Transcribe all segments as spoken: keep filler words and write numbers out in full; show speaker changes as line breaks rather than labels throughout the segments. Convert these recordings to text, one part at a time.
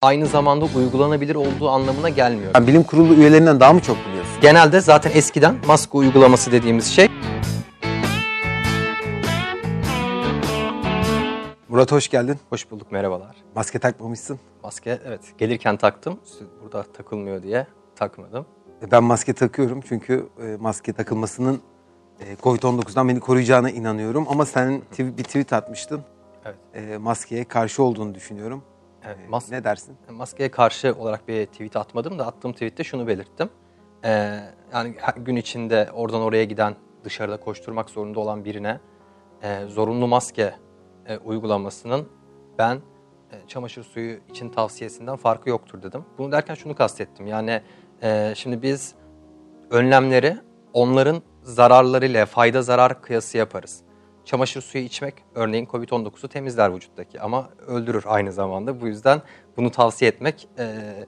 aynı zamanda uygulanabilir olduğu anlamına gelmiyor.
Yani bilim kurulu üyelerinden daha mı çok biliyorsun?
Genelde zaten eskiden maske uygulaması dediğimiz şey.
Murat hoş geldin.
Hoş bulduk, merhabalar.
Maske takmamışsın.
Maske evet gelirken taktım. Burada takılmıyor diye takmadım.
Ben maske takıyorum çünkü maske takılmasının kovid on dokuzdan beni koruyacağına inanıyorum. Ama sen bir tweet atmıştın. Evet. Maskeye karşı olduğunu düşünüyorum.
Evet, mas-
ne dersin?
Maskeye karşı olarak bir tweet atmadım da attığım tweette şunu belirttim. Ee, yani gün içinde oradan oraya giden, dışarıda koşturmak zorunda olan birine e, zorunlu maske e, uygulamasının ben e, çamaşır suyu için tavsiyesinden farkı yoktur dedim. Bunu derken şunu kastettim. Yani e, şimdi biz önlemleri onların zararlarıyla fayda zarar kıyası yaparız. Çamaşır suyu içmek örneğin kovid on dokuzu temizler vücuttaki ama öldürür aynı zamanda. Bu yüzden bunu tavsiye etmek e,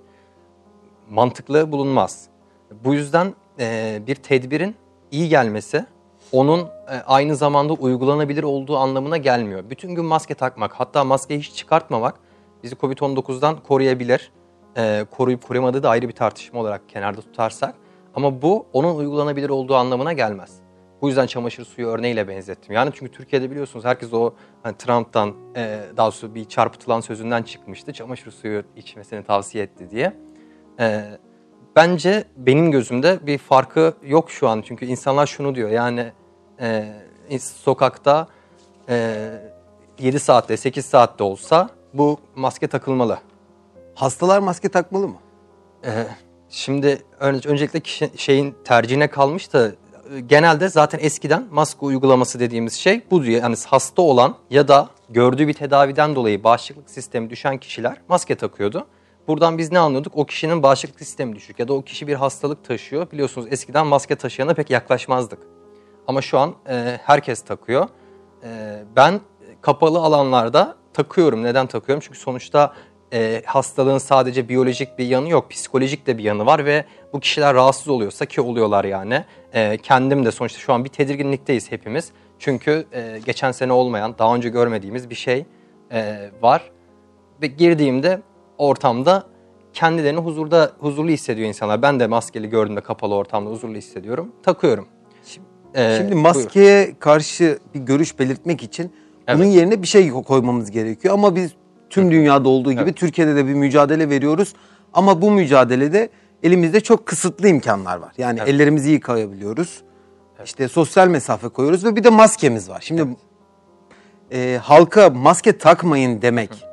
mantıklı bulunmaz. Bu yüzden e, bir tedbirin iyi gelmesi onun e, aynı zamanda uygulanabilir olduğu anlamına gelmiyor. Bütün gün maske takmak, hatta maskeyi hiç çıkartmamak bizi kovid on dokuzdan koruyabilir. E, koruyup korumadığı da ayrı bir tartışma olarak kenarda tutarsak. Ama bu onun uygulanabilir olduğu anlamına gelmez. Bu yüzden çamaşır suyu örneğiyle benzettim. Yani çünkü Türkiye'de biliyorsunuz herkes o hani Trump'tan e, daha doğrusu bir çarpıtılan sözünden çıkmıştı. Çamaşır suyu içmesini tavsiye etti diye. E, bence benim gözümde bir farkı yok şu an. Çünkü insanlar şunu diyor yani e, sokakta e, yedi saatte sekiz saatte olsa bu maske takılmalı.
Hastalar maske takmalı mı?
E, şimdi öncelikle kişi, şeyin tercihine kalmış da genelde zaten eskiden maske uygulaması dediğimiz şey bu diyor. Yani hasta olan ya da gördüğü bir tedaviden dolayı bağışıklık sistemi düşen kişiler maske takıyordu. Buradan biz ne anlıyorduk? O kişinin bağışıklık sistemi düşük ya da o kişi bir hastalık taşıyor. Biliyorsunuz eskiden maske taşıyana pek yaklaşmazdık. Ama şu an e, herkes takıyor. E, ben kapalı alanlarda takıyorum. Neden takıyorum? Çünkü sonuçta e, hastalığın sadece biyolojik bir yanı yok. Psikolojik de bir yanı var ve bu kişiler rahatsız oluyorsa ki oluyorlar yani. E, kendim de sonuçta şu an bir tedirginlikteyiz hepimiz. Çünkü e, geçen sene olmayan, daha önce görmediğimiz bir şey e, var. Ve girdiğimde ortamda kendilerini huzurda huzurlu hissediyor insanlar. Ben de maskeli gördüğümde kapalı ortamda huzurlu hissediyorum. Takıyorum.
Şimdi, ee, şimdi maskeye buyur. karşı bir görüş belirtmek için evet. bunun yerine bir şey koymamız gerekiyor. Ama biz tüm dünyada olduğu gibi evet. Türkiye'de de bir mücadele veriyoruz. Ama bu mücadelede elimizde çok kısıtlı imkanlar var. Yani evet. ellerimizi yıkayabiliyoruz. Evet. İşte sosyal mesafe koyuyoruz ve bir de maskemiz var. Şimdi evet. e, halka maske takmayın demek... Hı.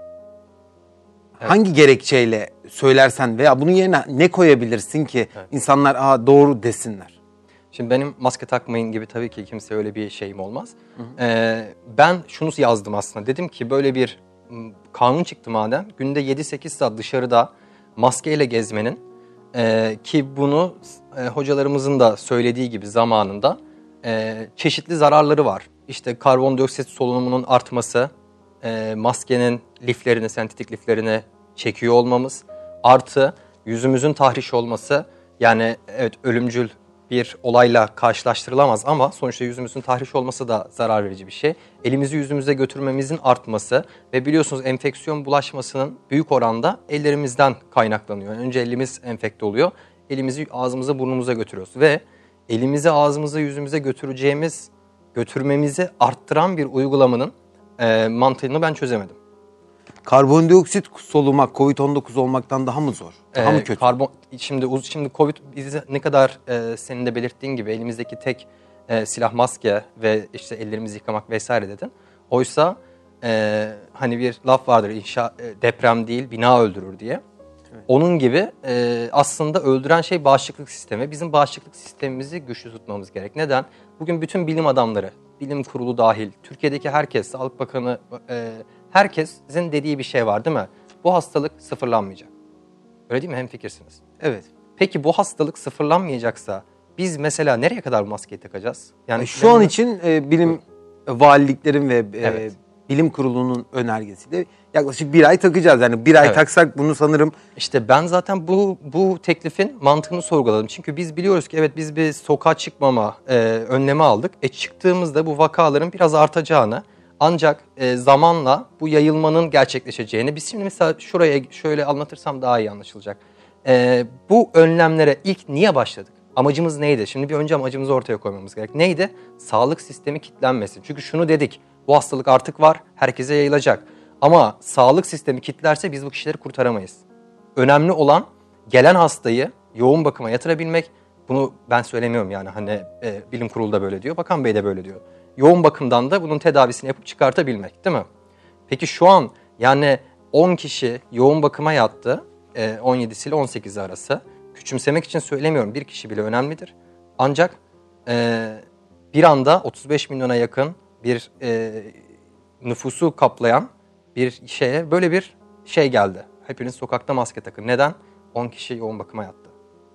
Evet. Hangi gerekçeyle söylersen veya bunun yerine ne koyabilirsin ki evet. insanlar Aa, doğru desinler?
Şimdi benim maske takmayın gibi tabii ki kimse öyle bir şeyim olmaz. Hı hı. Ee, ben şunu yazdım aslında. Dedim ki böyle bir kanun çıktı madem. Günde yedi sekiz saat dışarıda maskeyle gezmenin e, ki bunu e, hocalarımızın da söylediği gibi zamanında e, çeşitli zararları var. İşte karbondioksit solunumunun artması, e, maskenin liflerini, sentetik liflerini çekiyor olmamız, artı yüzümüzün tahriş olması, yani evet ölümcül bir olayla karşılaştırılamaz ama sonuçta yüzümüzün tahriş olması da zarar verici bir şey. Elimizi yüzümüze götürmemizin artması ve biliyorsunuz enfeksiyon bulaşmasının büyük oranda ellerimizden kaynaklanıyor. Önce elimiz enfekte oluyor, elimizi ağzımıza burnumuza götürüyoruz ve elimizi ağzımıza yüzümüze götüreceğimiz, götürmemizi arttıran bir uygulamanın e, mantığını ben çözemedim.
Karbondioksit solumak kovid on dokuz olmaktan daha mı zor? Daha ee, mı kötü?
Karbon, şimdi şimdi Covid bizi ne kadar e, senin de belirttiğin gibi elimizdeki tek e, silah maske ve işte ellerimizi yıkamak vesaire dedin. Oysa e, hani bir laf vardır, inşa e, deprem değil bina öldürür diye. Evet. Onun gibi e, aslında öldüren şey bağışıklık sistemi. Bizim bağışıklık sistemimizi güçlü tutmamız gerek. Neden? Bugün bütün bilim adamları, bilim kurulu dahil, Türkiye'deki herkes, Sağlık Bakanı, e, herkesin dediği bir şey var değil mi? Bu hastalık sıfırlanmayacak. Öyle değil mi? Hemfikirsiniz.
Evet.
Peki bu hastalık sıfırlanmayacaksa biz mesela nereye kadar bu maskeyi takacağız?
Yani şu an için e, bilim valiliklerin ve e, evet. bilim kurulunun önergesiyle yaklaşık bir ay takacağız. Yani bir ay evet. taksak bunu sanırım...
İşte ben zaten bu bu teklifin mantığını sorguladım. Çünkü biz biliyoruz ki evet biz bir sokağa çıkmama e, önlemi aldık. E çıktığımızda bu vakaların biraz artacağını, Ancak e, zamanla bu yayılmanın gerçekleşeceğini, biz şimdi mesela şuraya şöyle anlatırsam daha iyi anlaşılacak. E, bu önlemlere ilk niye başladık? Amacımız neydi? Şimdi bir önce amacımızı ortaya koymamız gerek. Neydi? Sağlık sistemi kilitlenmesin. Çünkü şunu dedik, bu hastalık artık var, herkese yayılacak. Ama sağlık sistemi kilitlerse biz bu kişileri kurtaramayız. Önemli olan gelen hastayı yoğun bakıma yatırabilmek. Bunu ben söylemiyorum yani hani e, bilim kurulu da böyle diyor, Bakan Bey de böyle diyor. Yoğun bakımdan da bunun tedavisini yapıp çıkartabilmek, değil mi? Peki şu an yani on kişi yoğun bakıma yattı, e, on yedisiyle on sekizi arası. Küçümsemek için söylemiyorum, bir kişi bile önemlidir. Ancak e, bir anda otuz beş milyona yakın bir e, nüfusu kaplayan bir şeye böyle bir şey geldi. Hepiniz sokakta maske takın. Neden? on kişi yoğun bakıma yattı.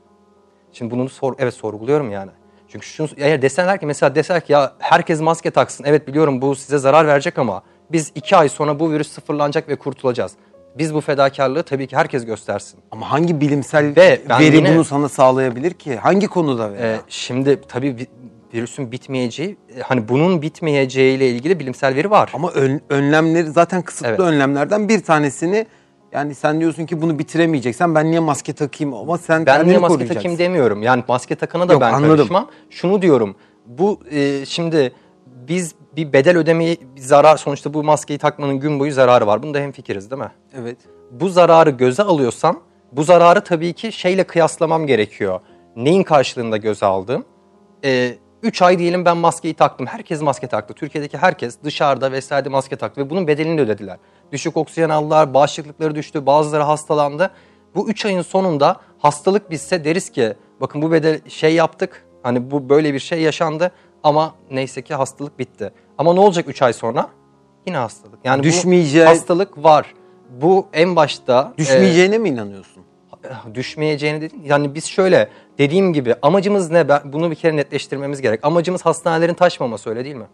Şimdi bunu sor, evet sorguluyorum yani. Çünkü şunu, eğer deseler ki mesela deseler ki ya herkes maske taksın. Evet biliyorum bu size zarar verecek ama biz iki ay sonra bu virüs sıfırlanacak ve kurtulacağız. Biz bu fedakarlığı tabii ki herkes göstersin.
Ama hangi bilimsel
ve
veri
yine,
bunu sana sağlayabilir ki? Hangi konuda veya?
E, şimdi tabii virüsün bitmeyeceği, hani bunun bitmeyeceğiyle ilgili bilimsel veri var.
Ama ön, önlemleri zaten kısıtlı evet. önlemlerden bir tanesini, yani sen diyorsun ki bunu bitiremeyeceksen ben niye maske takayım, ama sen
ben niye maske takayım demiyorum. Yani maske takana da Yok, ben anladım. karışmam. Şunu diyorum. Bu e, şimdi biz bir bedel ödemeyi, bir zarar, sonuçta bu maskeyi takmanın gün boyu zararı var. Bunda hemfikiriz değil mi?
Evet.
Bu zararı göze alıyorsam bu zararı tabii ki şeyle kıyaslamam gerekiyor. Neyin karşılığında göze aldığım? E, üç ay diyelim ben maskeyi taktım. Herkes maske taktı. Türkiye'deki herkes dışarıda vesaire maske taktı ve bunun bedelini de ödediler. Düşük oksijen aldılar, bağışıklıkları düştü, bazıları hastalandı. Bu üç ayın sonunda hastalık bitse deriz ki bakın bu bedel şey yaptık, hani bu böyle bir şey yaşandı ama neyse ki hastalık bitti. Ama ne olacak üç ay sonra? Yine hastalık. Yani
Düşmeyeceği...
bu hastalık var. Bu en başta...
Düşmeyeceğine e, mi inanıyorsun?
Düşmeyeceğini dedim. Yani biz şöyle dediğim gibi amacımız ne? Ben, bunu bir kere netleştirmemiz gerek. Amacımız hastanelerin taşmaması, öyle değil mi?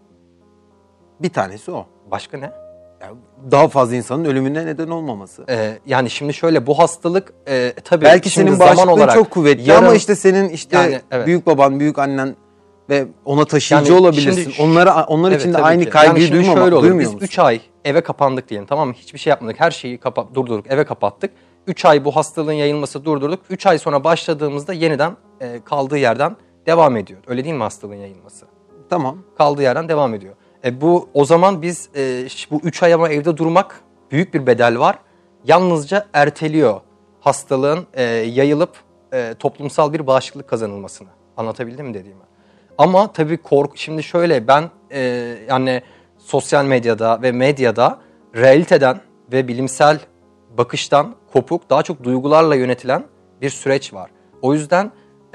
Bir tanesi o.
Başka ne?
Daha fazla insanın ölümüne neden olmaması.
Ee, yani şimdi şöyle bu hastalık e, tabii
belki senin bağışıklığın olarak çok kuvvetli yarın, ama işte senin işte
yani, evet.
büyük baban, büyük annen ve ona taşıyıcı yani olabilirsin. Şimdi, Onlara onlar evet, için de aynı
ki.
kaygıyı
yani
duymama,
şöyle olur.
duymuyor
Biz
musun?
üç ay eve kapandık diyelim, tamam mı? Hiçbir şey yapmadık. Her şeyi kapa durdurduk. Eve kapattık. üç ay bu hastalığın yayılması durdurduk. üç ay sonra başladığımızda yeniden e, kaldığı yerden devam ediyor. Öyle değil mi hastalığın yayılması?
Tamam.
Kaldığı yerden devam ediyor. E, bu o zaman biz e, bu üç ay ama evde durmak büyük bir bedel var. Yalnızca erteliyor hastalığın e, yayılıp e, toplumsal bir bağışıklık kazanılmasını. Anlatabildim mi dediğimi? Ama tabii korku, şimdi şöyle ben e, yani sosyal medyada ve medyada realiteden ve bilimsel bakıştan kopuk, daha çok duygularla yönetilen bir süreç var. O yüzden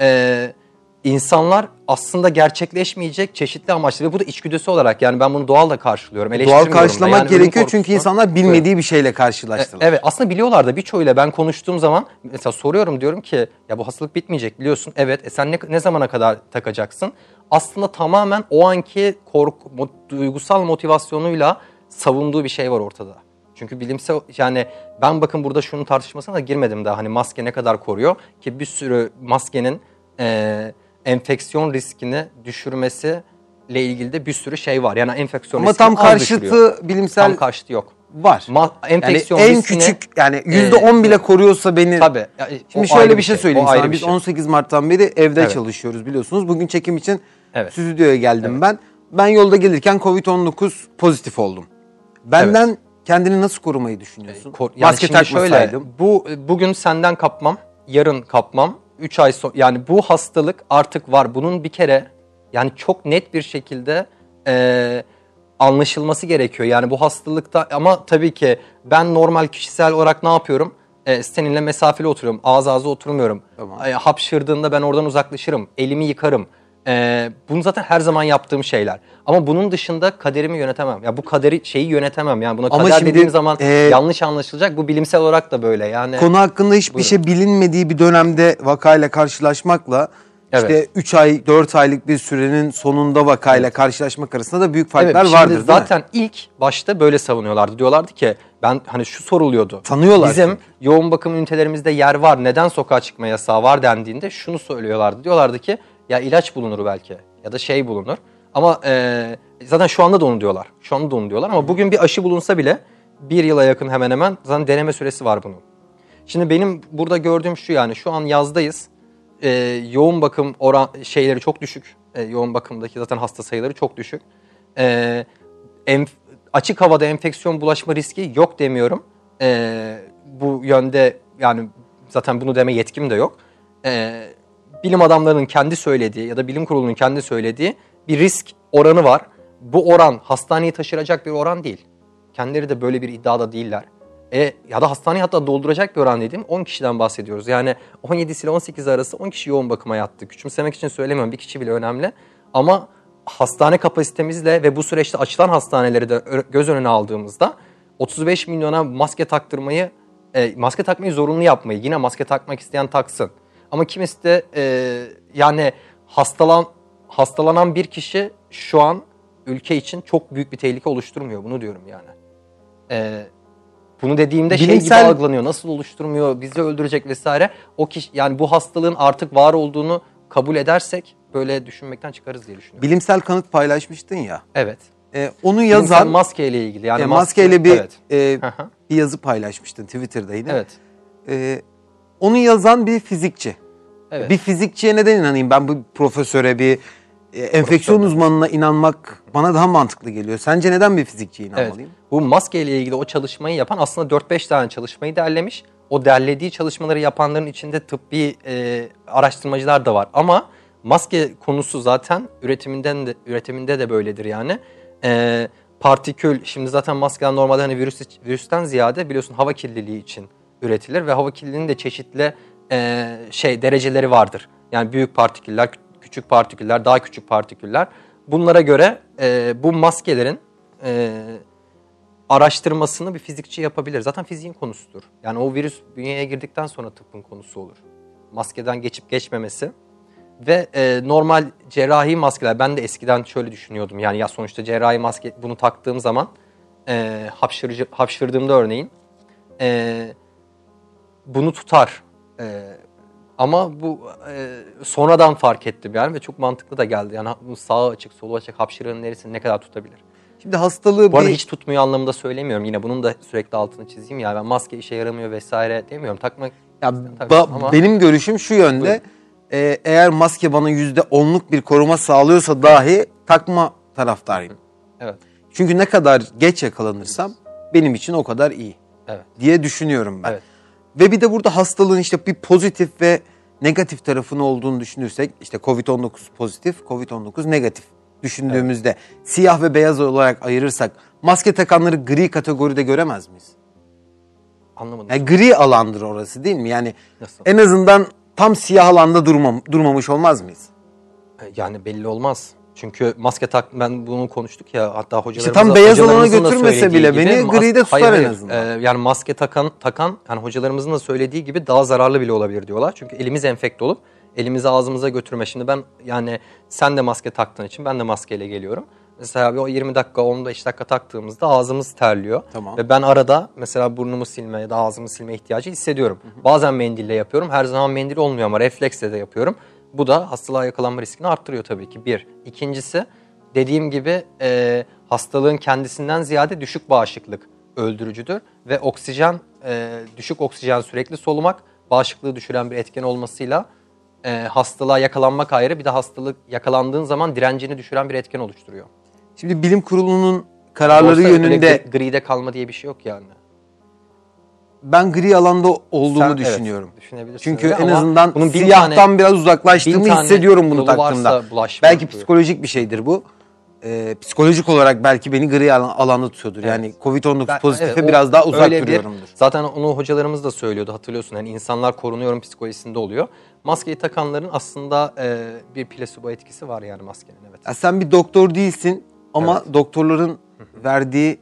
e, insanlar aslında gerçekleşmeyecek çeşitli amaçlı ve bu da içgüdüsü olarak, yani ben bunu doğal da karşılıyorum.
Doğal karşılamak yani gerekiyor çünkü insanlar bilmediği bir şeyle karşılaştılar.
E, evet aslında biliyorlar da, birçoğuyla ben konuştuğum zaman mesela soruyorum, diyorum ki ya bu hastalık bitmeyecek biliyorsun. Evet e sen ne, ne zamana kadar takacaksın? Aslında tamamen o anki korku, mo, duygusal motivasyonuyla savunduğu bir şey var ortada. Çünkü bilimsel, yani ben bakın burada şunun tartışmasına da girmedim daha, hani maske ne kadar koruyor ki bir sürü maskenin e, enfeksiyon riskini düşürmesiyle ilgili de bir sürü şey var. Yani enfeksiyon
Ama
riskini
tam karşıtı bilimsel
tam karşıtı yok.
Var.
Ma enfeksiyon
yani en
riskini,
küçük yani yüzde on bile koruyorsa beni.
Tabii.
Şimdi şöyle bir şey, şey söyleyeyim sana. Biz
şey.
on sekiz Mart'tan beri evde
evet.
çalışıyoruz biliyorsunuz. Bugün çekim için evet. stüdyoya geldim evet. ben. Ben yolda gelirken kovid on dokuz pozitif oldum. Benden evet. kendini nasıl korumayı düşünüyorsun?
Kor yani Maske takmasaydım. Şöyle, bu bugün senden kapmam, yarın kapmam. üç ay sonra, yani bu hastalık artık var. Bunun bir kere yani çok net bir şekilde e, anlaşılması gerekiyor. Yani bu hastalıkta, ama tabii ki ben normal kişisel olarak ne yapıyorum? E, seninle mesafeli oturuyorum. Ağız ağza oturmuyorum. Tamam. E, hapşırdığında ben oradan uzaklaşırım. Elimi yıkarım. E, bunu zaten her zaman yaptığım şeyler. Ama bunun dışında kaderimi yönetemem. Ya bu kaderi şeyi yönetemem. Yani buna Ama kader şimdi, dediğim zaman e, yanlış anlaşılacak. Bu bilimsel olarak da böyle. Yani
konu hakkında hiçbir buyurun. şey bilinmediği bir dönemde vakayla karşılaşmakla evet. işte üç ay dört aylık bir sürenin sonunda vakayla evet. karşılaşmak arasında da büyük farklar evet, vardır.
Zaten ilk başta böyle savunuyorlardı. Diyorlardı ki, ben hani şu soruluyordu.
Tanıyorlar.
Bizim çünkü. yoğun bakım ünitelerimizde yer var. Neden sokağa çıkma yasağı var dendiğinde şunu söylüyorlardı. Diyorlardı ki ya ilaç bulunur belki ya da şey bulunur. Ama e, zaten şu anda da onu diyorlar. Şu anda da onu diyorlar ama bugün bir aşı bulunsa bile bir yıla yakın hemen hemen zaten deneme süresi var bunun. Şimdi benim burada gördüğüm şu, yani şu an yazdayız. E, yoğun bakım oran şeyleri çok düşük. E, yoğun bakımdaki zaten hasta sayıları çok düşük. E, enf- açık havada enfeksiyon bulaşma riski yok demiyorum. E, bu yönde yani zaten bunu deme yetkim de yok. E, bilim adamlarının kendi söylediği ya da bilim kurulunun kendi söylediği bir risk oranı var. Bu oran hastaneyi taşıracak bir oran değil. Kendileri de böyle bir iddiada değiller. E, ya da hastaneyi hatta dolduracak bir oran dediğim on kişiden bahsediyoruz. Yani on yedi ile on sekiz arası on kişi yoğun bakıma yattı. Küçümsemek için söylemiyorum, bir kişi bile önemli. Ama hastane kapasitemizle ve bu süreçte açılan hastaneleri de göz önüne aldığımızda otuz beş milyona maske taktırmayı, e, maske takmayı zorunlu yapmayı, yine maske takmak isteyen taksın. Ama kimisi de e, yani hastalan hastalanan bir kişi şu an ülke için çok büyük bir tehlike oluşturmuyor. Bunu diyorum yani. E, bunu dediğimde
Bilimsel...
şey gibi algılanıyor. Nasıl oluşturmuyor, bizi öldürecek vesaire. O kişi, yani bu hastalığın artık var olduğunu kabul edersek böyle düşünmekten çıkarız diye düşünüyorum.
Bilimsel kanıt paylaşmıştın ya.
Evet.
E, onu yazan...
Bilimsel maskeyle ilgili. Yani
e,
maske,
maskeyle bir,
evet.
e, bir yazı paylaşmıştın Twitter'da yine.
Evet.
E, onu yazan bir fizikçi.
Evet.
Bir fizikçiye neden inanayım? Ben bu profesöre, bir e, enfeksiyon Profesör. uzmanına inanmak bana daha mantıklı geliyor. Sence neden bir fizikçiye inanmalıyım?
Evet. Bu maskeyle ilgili o çalışmayı yapan aslında dört beş tane çalışmayı derlemiş. O derlediği çalışmaları yapanların içinde tıbbi e, araştırmacılar da var. Ama maske konusu zaten üretiminden de, üretiminde de böyledir yani. E, partikül, şimdi zaten maskeler normalde hani virüs, virüsten ziyade biliyorsun hava kirliliği için üretilir. Ve hava kirliliğinin de çeşitli e, şey dereceleri vardır. Yani büyük partiküller, küçük partiküller, daha küçük partiküller. Bunlara göre e, bu maskelerin e, araştırmasını bir fizikçi yapabilir. Zaten fiziğin konusudur. Yani o virüs bünyeye girdikten sonra tıbbın konusu olur. Maskeden geçip geçmemesi ve e, normal cerrahi maskeler. Ben de eskiden şöyle düşünüyordum. Yani ya sonuçta cerrahi maske, bunu taktığım zaman e, hapşırıcı, hapşırdığımda örneğin e, bunu tutar. E, ama bu e, sonradan fark ettim yani ve çok mantıklı da geldi. Yani bu sağı açık, solu açık hapşırığın neresini ne kadar tutabilir?
Şimdi hastalığı
Bu arada
bir...
hiç tutmuyor anlamında söylemiyorum. Yine bunun da sürekli altını çizeyim ya. Ben maske işe yaramıyor vesaire demiyorum. Takmak
ya
ba-
ama... Benim görüşüm şu yönde. E, eğer maske bana yüzde onluk bir koruma sağlıyorsa dahi takma taraftarıyım.
Evet.
Çünkü ne kadar geç yakalanırsam benim için o kadar iyi.
Evet.
Diye düşünüyorum ben.
Evet.
Ve bir de burada hastalığın işte bir pozitif ve negatif tarafını olduğunu düşünürsek, işte kovid on dokuz pozitif, kovid on dokuz negatif düşündüğümüzde, evet, siyah ve beyaz olarak ayırırsak maske takanları gri kategoride göremez miyiz?
Anlamadım.
Yani gri alandır orası değil mi? Yani
nasıl?
En azından tam siyah alanda durmam, durmamış olmaz mıyız?
Yani belli olmaz. Çünkü maske tak, ben bunu konuştuk ya, hatta hocalarımız
işte tam beyaz alana götürmese bile beni gibi, gride tutar hayır, en azından.
E, yani maske takan takan yani hocalarımızın da söylediği gibi daha zararlı bile olabilir diyorlar. Çünkü elimiz enfekte olup elimizi ağzımıza götürme. Şimdi ben yani sen de maske taktığın için ben de maskeyle geliyorum. Mesela bir o yirmi dakika on beş dakika taktığımızda ağzımız terliyor.
Tamam.
Ve ben arada mesela burnumu silme ya da ağzımı silme ihtiyacı hissediyorum. Hı hı. Bazen mendille yapıyorum. Her zaman mendil olmuyor ama refleksle de yapıyorum. Bu da hastalığa yakalanma riskini arttırıyor tabii ki. Bir. İkincisi, dediğim gibi e, hastalığın kendisinden ziyade düşük bağışıklık öldürücüdür. Ve oksijen, e, düşük oksijen sürekli solumak bağışıklığı düşüren bir etken olmasıyla e, hastalığa yakalanmak ayrı, bir de hastalık yakalandığın zaman direncini düşüren bir etken oluşturuyor.
Şimdi bilim kurulunun kararları
Oysa
yönünde...
Gride kalma diye bir şey yok yani.
Ben gri alanda olduğunu
Sen,
düşünüyorum.
Evet,
çünkü en azından bunun siyahtan tane, biraz uzaklaştığımı hissediyorum bunu taktığımda. Belki psikolojik bir şeydir bu. Ee, psikolojik olarak belki beni gri alanda tutuyordur. Evet. Yani kovid on dokuz ben, pozitife evet, biraz daha uzak duruyorumdur.
Bir, zaten onu hocalarımız da söylüyordu, hatırlıyorsun. Yani insanlar korunuyorum psikolojisinde oluyor. Maskeyi takanların aslında e, bir plasebo etkisi var yani maskenin. Evet.
Ya sen bir doktor değilsin ama evet, doktorların verdiği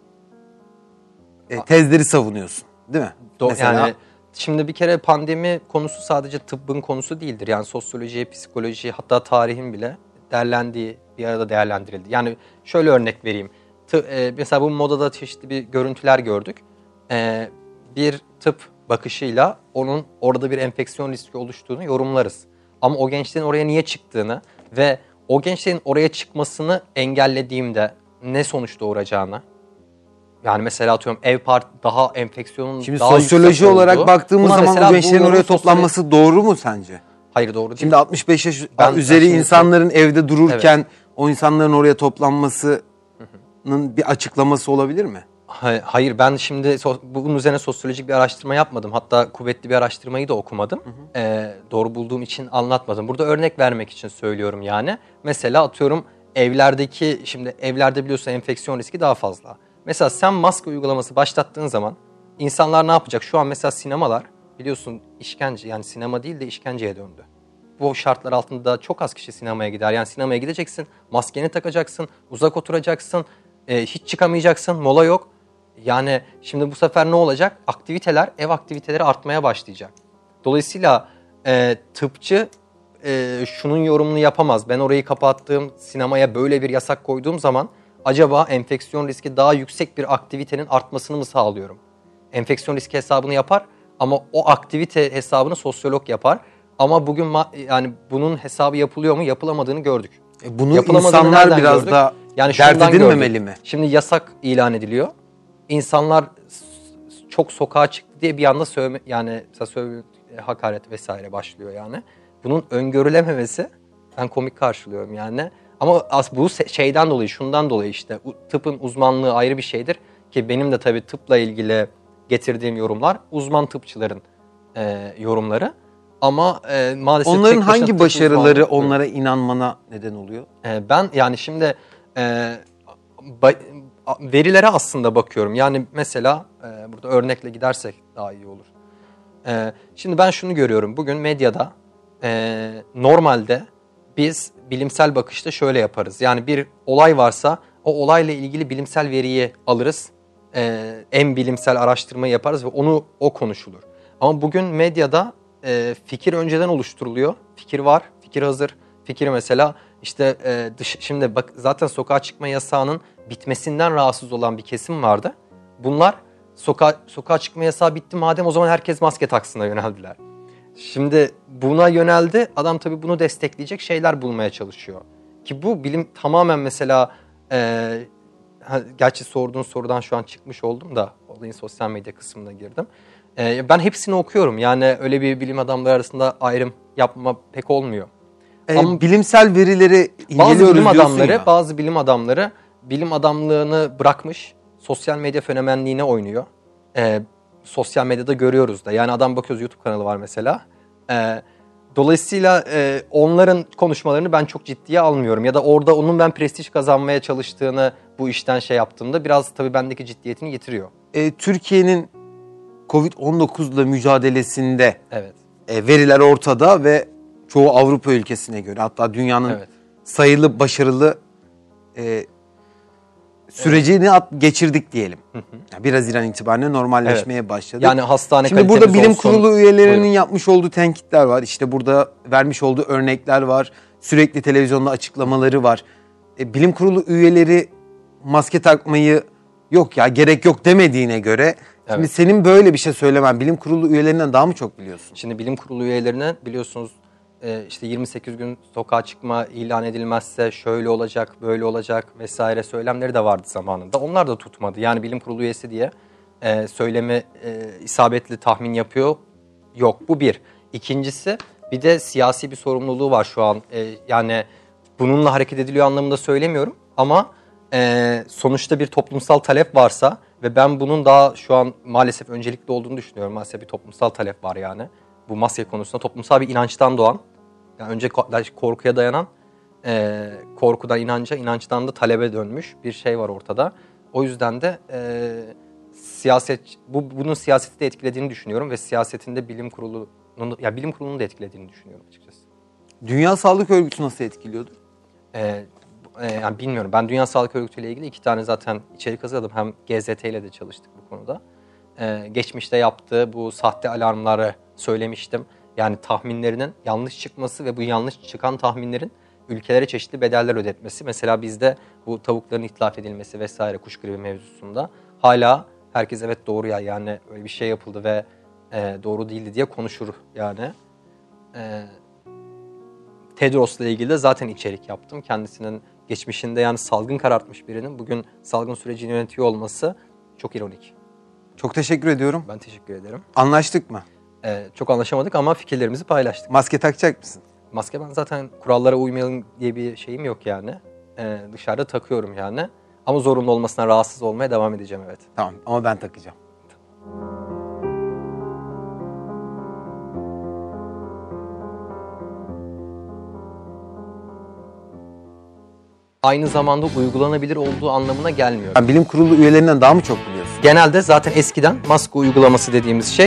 e, tezleri savunuyorsun. Değil mi?
Do- Mesela, yani şimdi bir kere pandemi konusu sadece tıbbın konusu değildir. Yani sosyoloji, psikoloji, hatta tarihin bile değerlendiği, bir arada değerlendirildi. Yani şöyle örnek vereyim. Tı- e, mesela bu modada çeşitli bir görüntüler gördük. E, bir tıp bakışıyla onun orada bir enfeksiyon riski oluştuğunu yorumlarız. Ama o gençlerin oraya niye çıktığını ve o gençlerin oraya çıkmasını engellediğimde ne sonuç doğuracağını, yani mesela atıyorum ev part daha enfeksiyonun
Şimdi
daha
sosyoloji olarak
olduğu,
baktığımız zaman o gençlerin oraya
sosyoloji...
toplanması doğru mu sence?
Hayır, doğru değil.
Şimdi altmış beş yaş
ben,
üzeri
ben
insanların
söyleyeyim.
evde dururken
evet.
o insanların oraya toplanmasının bir açıklaması olabilir mi?
Hayır, ben şimdi bunun üzerine sosyolojik bir araştırma yapmadım. Hatta kuvvetli bir araştırmayı da okumadım. Hı hı. Ee, doğru bulduğum için anlatmadım. Burada örnek vermek için söylüyorum yani. Mesela atıyorum evlerdeki, şimdi evlerde biliyorsun enfeksiyon riski daha fazla. Mesela sen maske uygulaması başlattığın zaman insanlar ne yapacak? Şu an mesela sinemalar biliyorsun işkence, yani sinema değil de işkenceye döndü. Bu şartlar altında çok az kişi sinemaya gider. Yani sinemaya gideceksin, maskeni takacaksın, uzak oturacaksın, e, hiç çıkamayacaksın, mola yok. Yani şimdi bu sefer ne olacak? Aktiviteler, ev aktiviteleri artmaya başlayacak. Dolayısıyla e, tıpçı e, şunun yorumunu yapamaz. Ben orayı kapattığım, sinemaya böyle bir yasak koyduğum zaman acaba enfeksiyon riski daha yüksek bir aktivitenin artmasını mı sağlıyorum? Enfeksiyon riski hesabını yapar ama o aktivite hesabını sosyolog yapar. Ama bugün yani bunun hesabı yapılıyor mu? Yapılamadığını gördük.
E bunu insanlar biraz
gördük?
da
yani
dert edilmemeli mi?
Şimdi yasak ilan ediliyor. İnsanlar çok sokağa çıktı diye bir anda sövme, yani sövme, hakaret vesaire başlıyor yani. Bunun öngörülememesi ben komik karşılıyorum yani. Ama bu şeyden dolayı, şundan dolayı işte tıpın uzmanlığı ayrı bir şeydir ki benim de tabii tıpla ilgili getirdiğim yorumlar uzman tıpçıların e, yorumları. Ama e, maalesef
onların hangi başarıları
uzmanlığı,
onlara buyurun. inanmana neden oluyor?
E, ben yani şimdi e, ba, verilere aslında bakıyorum. Yani mesela e, burada örnekle gidersek daha iyi olur. E, şimdi ben şunu görüyorum. Bugün medyada e, normalde biz bilimsel bakışta şöyle yaparız. Yani bir olay varsa o olayla ilgili bilimsel veriyi alırız. E, en bilimsel araştırmayı yaparız ve onu o konuşulur. Ama bugün medyada e, fikir önceden oluşturuluyor. Fikir var, fikir hazır. Fikir mesela işte e, dış, şimdi bak zaten sokağa çıkma yasağının bitmesinden rahatsız olan bir kesim vardı. Bunlar sokağa, sokağa çıkma yasağı bitti madem o zaman herkes maske taksına yöneldiler. Şimdi buna yöneldi. Adam tabii bunu destekleyecek şeyler bulmaya çalışıyor. Ki bu bilim tamamen mesela e, gerçi sorduğun sorudan şu an çıkmış oldum da olayın sosyal medya kısmına girdim. E, ben hepsini okuyorum. Yani öyle bir bilim adamları arasında ayrım yapma pek olmuyor.
E, Ama bilimsel verileri
bazı bilim adamları,
ya.
bazı bilim adamları bilim adamlığını bırakmış, sosyal medya fenomenliğine oynuyor. Ee, sosyal medyada görüyoruz da. Yani adam bakıyoruz YouTube kanalı var mesela. Ee, dolayısıyla e, onların konuşmalarını ben çok ciddiye almıyorum. Ya da orada onun ben prestij kazanmaya çalıştığını bu işten şey yaptığımda biraz tabii bendeki ciddiyetini yitiriyor.
E, Türkiye'nin kovid on dokuzla mücadelesinde
evet.
e, veriler ortada ve çoğu Avrupa ülkesine göre hatta dünyanın evet. sayılı başarılı e, sürecini evet. geçirdik diyelim. Hı hı. Yani bir Haziran itibariyle normalleşmeye evet. başladı.
Yani hastane
Şimdi burada bilim
olsun.
kurulu üyelerinin Buyurun. yapmış olduğu tenkitler var. İşte burada vermiş olduğu örnekler var. Sürekli televizyonda açıklamaları var. E, bilim kurulu üyeleri maske takmayı yok ya gerek yok demediğine göre şimdi evet. senin böyle bir şey söylemen bilim kurulu üyelerinden daha mı çok biliyorsun?
Şimdi bilim kurulu üyelerine biliyorsunuz işte yirmi sekiz gün sokağa çıkma ilan edilmezse şöyle olacak, böyle olacak vesaire söylemleri de vardı zamanında. Onlar da tutmadı. Yani bilim kurulu üyesi diye e, söylemi e, isabetli tahmin yapıyor. Yok, bu bir. İkincisi bir de siyasi bir sorumluluğu var şu an. E, yani bununla hareket ediliyor anlamında söylemiyorum. Ama e, sonuçta bir toplumsal talep varsa ve ben bunun daha şu an maalesef öncelikli olduğunu düşünüyorum. Maalesef bir toplumsal talep var yani. Bu maske konusunda toplumsal bir inançtan doğan, yani önce korkuya dayanan, e, korkudan inanca, inançtan da talebe dönmüş bir şey var ortada. O yüzden de e, siyaset, bu bunun siyaseti de etkilediğini düşünüyorum ve siyasetinde bilim kurulunun, ya bilim kurulunun da etkilediğini düşünüyorum açıkçası.
Dünya Sağlık Örgütü nasıl etkiliyordu?
E, e, yani bilmiyorum. Ben Dünya Sağlık Örgütü ile ilgili iki tane zaten içerik hazırladım. Hem G Z T ile de çalıştık bu konuda. E, geçmişte yaptığı bu sahte alarmları söylemiştim. Yani tahminlerinin yanlış çıkması ve bu yanlış çıkan tahminlerin ülkelere çeşitli bedeller ödetmesi. Mesela bizde bu tavukların itlaf edilmesi vesaire kuş gribi mevzusunda hala herkes evet doğru ya yani öyle bir şey yapıldı ve e, doğru değildi diye konuşur yani. E, Tedros'la ilgili de zaten içerik yaptım. Kendisinin geçmişinde yani salgın karartmış birinin bugün salgın sürecini yönetiyor olması çok ironik.
Çok teşekkür ediyorum.
Ben teşekkür ederim.
Anlaştık mı?
Ee, çok anlaşamadık ama fikirlerimizi paylaştık.
Maske takacak mısın?
Maske ben zaten kurallara uymayalım diye bir şeyim yok yani. Ee, dışarıda takıyorum yani. Ama zorunlu olmasına rahatsız olmaya devam edeceğim, evet.
Tamam ama ben takacağım.
Aynı zamanda uygulanabilir olduğu anlamına gelmiyor.
Yani bilim kurulu üyelerinden daha mı çok biliyorsun?
Genelde zaten eskiden maske uygulaması dediğimiz şey